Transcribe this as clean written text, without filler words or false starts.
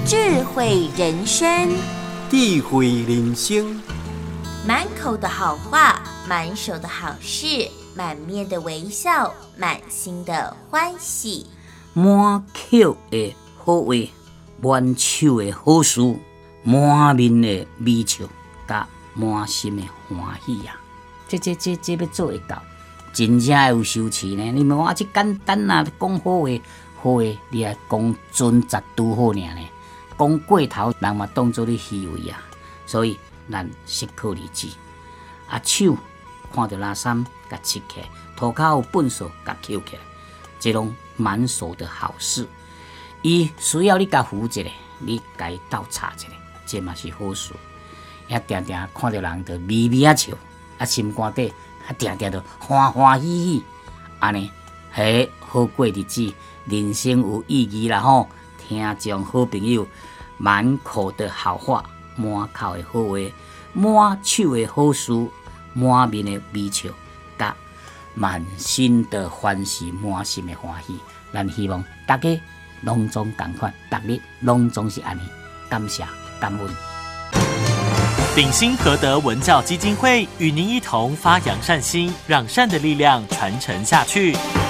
智慧人生， 智慧人生， 满口的好话，满手的好事，满面的微笑，满心的欢喜。 满口的好话，满手的好事，满面的微笑，甲满心的欢喜啊！这要做会到，真正有修持呢。你问我这简单啊，讲好话，好话你也讲准则拄好尔呢。讲过头，人嘛当作你虚伪啊。所以咱适可而止。啊，手看到垃圾，甲切起来；涂骹有粪扫，甲捡起来，这拢满手的好事。伊需要你甲扶一下，你甲伊斗擦一下，这嘛是好事。也定定看到人就微微啊笑，啊心肝底啊定定就欢欢喜喜，安尼嘿好过日子，人生有意义啦吼！听众好朋友，满口的好话，满口的好话，满手的好事，满面的微笑，甲满心的欢喜，满心的欢喜。咱希望大家拢总同款，逐日拢总是安尼，感谢感恩。 鼎新和德文教基金会与您一同发扬善心，让善的力量传承下去。